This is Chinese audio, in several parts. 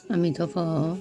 阿弥陀佛，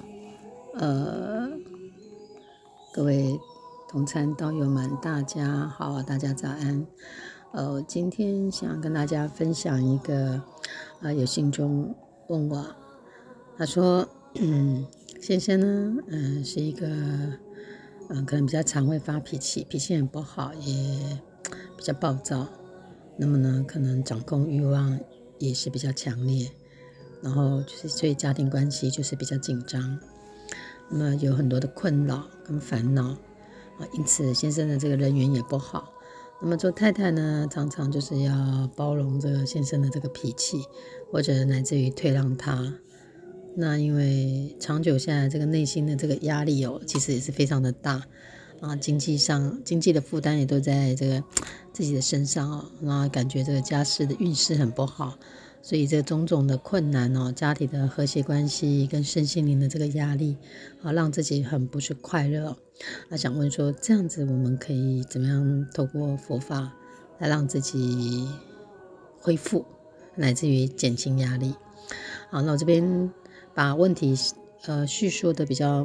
各位同参道友们，大家好，大家早安。今天想跟大家分享一个，有信中问我，他说，先生呢，是一个，可能比较常会发脾气，脾气很不好，也比较暴躁，那么呢，可能掌控欲望也是比较强烈。然后就是所以家庭关系就是比较紧张，那么有很多的困扰跟烦恼因此先生的这个人缘也不好。那么做太太呢，常常就是要包容这个先生的这个脾气，或者乃至于退让他。那因为长久下来，这个内心的这个压力其实也是非常的大经济的负担也都在这个自己的身上那感觉这个家事的运势很不好。所以这种种的困难家庭的和谐关系跟身心灵的这个压力让自己很不是快乐想问说这样子我们可以怎么样透过佛法来让自己恢复，乃至于减轻压力。好，那我这边把问题叙述的比较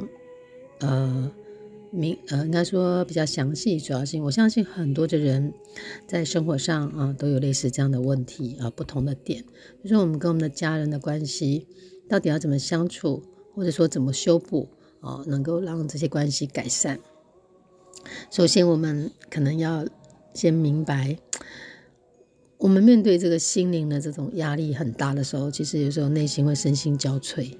应该说比较详细，主要是我相信很多的人在生活上都有类似这样的问题不同的点，就是我们跟我们的家人的关系到底要怎么相处，或者说怎么修补能够让这些关系改善。首先我们可能要先明白，我们面对这个心灵的这种压力很大的时候，其实有时候内心会身心交瘁。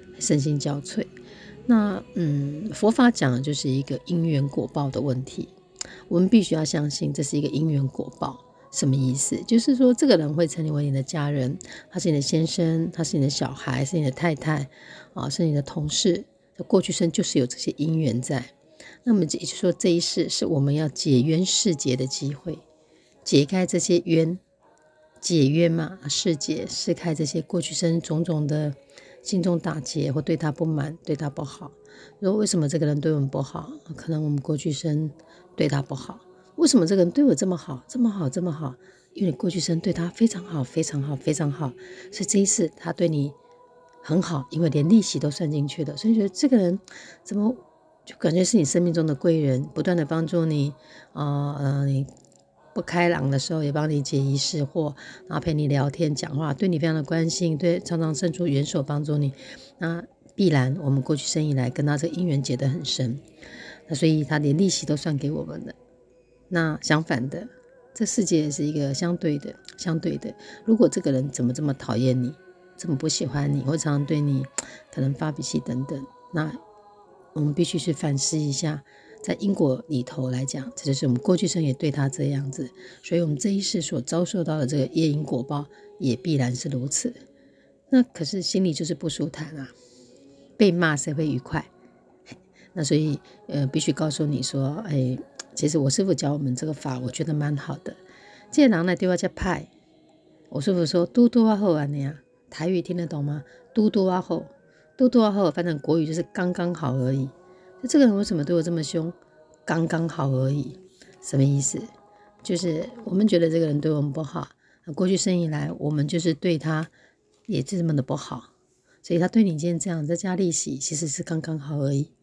那佛法讲的就是一个因缘果报的问题，我们必须要相信这是一个因缘果报。什么意思？就是说这个人会成为你的家人，他是你的先生，他是你的小孩，是你的太太是你的同事，过去生就是有这些因缘在。那么也就是说这一世是我们要解冤释结的机会，解开这些冤，解冤嘛，释开这些过去生种种的心中打结，或对他不满，对他不好。如果为什么这个人对我们不好，可能我们过去生对他不好。为什么这个人对我这么好，这么好，这么好？因为你过去生对他非常好，非常好，非常好，所以这一次他对你很好，因为连利息都算进去了。所以觉得这个人怎么就感觉是你生命中的贵人，不断的帮助你你不开朗的时候也帮你解疑释惑，然后陪你聊天讲话，对你非常的关心，对，常常伸出援手帮助你。那必然我们过去生以来跟他这个因缘结得很深，那所以他连利息都算给我们了。那相反的，这世界是一个相对的，如果这个人怎么这么讨厌你，这么不喜欢你，或常常对你可能发脾气等等，那我们必须去反思一下，在因果里头来讲，这就是我们过去生也对他这样子，所以我们这一世所遭受到的这个业因果报也必然是如此。那可是心里就是不舒坦被骂谁会愉快？那所以必须告诉你说其实我师父教我们这个法我觉得蛮好的。这个人呢对我这派，我师父说嘟嘟啊后啊那样，台语听得懂吗？嘟嘟啊后，嘟嘟啊后，反正国语就是刚刚好而已。这个人为什么对我这么凶？刚刚好而已。什么意思？就是我们觉得这个人对我们不好，过去生以来我们就是对他也这么的不好，所以他对你今天这样再加利息其实是刚刚好而已。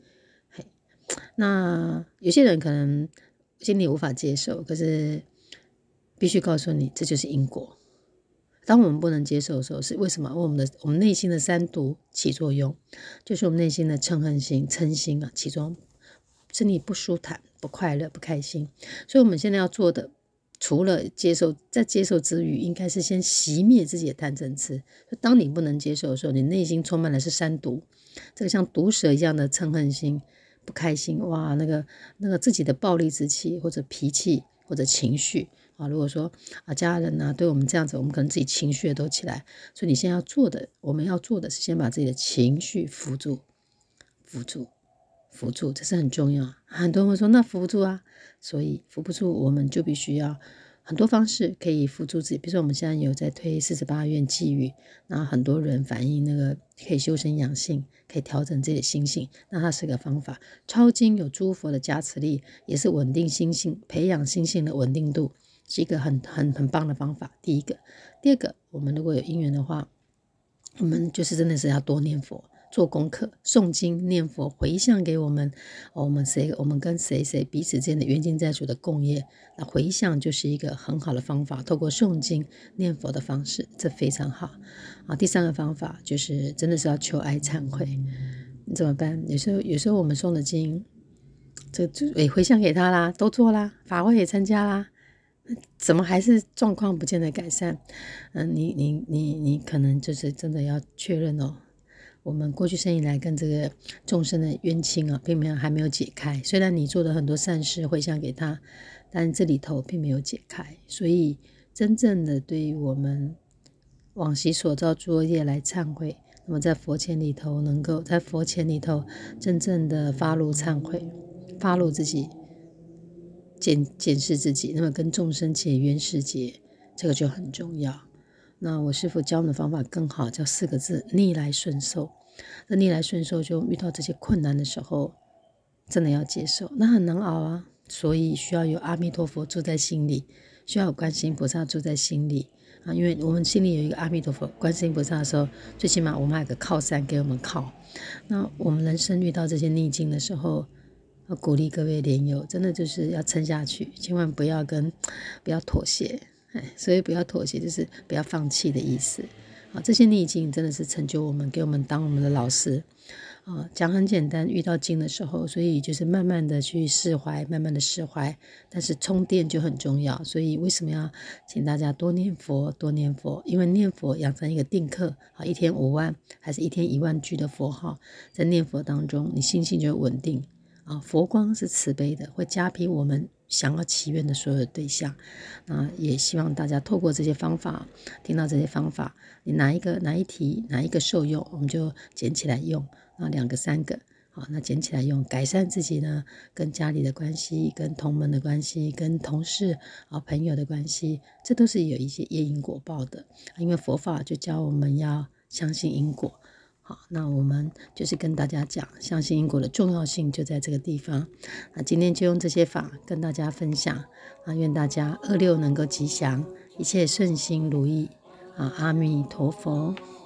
那有些人可能心里无法接受，可是必须告诉你这就是因果。当我们不能接受的时候，是为什么？我们内心的三毒起作用，就是我们内心的嗔恨心、嗔心起作用，身体不舒坦、不快乐、不开心。所以我们现在要做的，除了接受，在接受之余，应该是先熄灭自己的贪嗔痴。当你不能接受的时候，你内心充满的是三毒，这个像毒蛇一样的嗔恨心、不开心，哇，那个自己的暴力之气或者脾气或者情绪如果说家人对我们这样子，我们可能自己情绪也都起来。所以你现在我们要做的是先把自己的情绪扶住，这是很重要。很多人会说那扶不住所以扶不住我们就必须要很多方式可以扶助自己。比如说我们现在有在推48愿寄语，然后很多人反映那个可以修身养性，可以调整自己的心性，那它是个方法。抄经有诸佛的加持力，也是稳定心性，培养心性的稳定度，是一个很棒的方法。第一个。第二个，我们如果有因缘的话，我们就是真的是要多念佛， 做功课，诵经念佛，回向给我们，我们跟谁彼此之间的冤亲债主的共业，那回向就是一个很好的方法，透过诵经念佛的方式，这非常好啊。第三个方法就是真的是要求爱忏悔，你怎么办？有时候我们诵的经，这也回向给他啦，都做啦，法会也参加啦，怎么还是状况不见得改善？你可能就是真的要确认哦。我们过去生以来跟这个众生的冤亲啊，并还没有解开。虽然你做了很多善事回向给他，但这里头并没有解开。所以真正的对于我们往昔所造诸恶业来忏悔，那么在佛前里头能够在佛前里头真正的发露忏悔，发露自己，检视自己，那么跟众生结冤释结，这个就很重要。那我师父教我们的方法更好，叫4个字：逆来顺受。那逆来顺受，就遇到这些困难的时候，真的要接受，那很难熬啊。所以需要有阿弥陀佛住在心里，需要有观世音菩萨住在心里啊。因为我们心里有一个阿弥陀佛、观世音菩萨的时候，最起码我们还有个靠山给我们靠。那我们人生遇到这些逆境的时候，要鼓励各位莲友，真的就是要撑下去，千万不要妥协。所以不要妥协，就是不要放弃的意思。这些逆境真的是成就我们，给我们当我们的老师。讲很简单，遇到境的时候，所以就是慢慢的去释怀，慢慢的释怀。但是充电就很重要，所以为什么要请大家多念佛，多念佛？因为念佛养成一个定课，一天5万还是一天1万句的佛号，在念佛当中，你心性就会稳定。佛光是慈悲的，会加庇我们想要祈愿的所有的对象。那也希望大家透过这些方法，听到这些方法，你哪一题哪一个受用，我们就捡起来用，2个3个，那捡起来用，改善自己呢跟家里的关系，跟同门的关系，跟同事朋友的关系，这都是有一些业因果报的。因为佛法就教我们要相信因果。好，那我们就是跟大家讲，相信因果的重要性就在这个地方。那今天就用这些法跟大家分享。愿大家26能够吉祥，一切顺心如意。阿弥陀佛。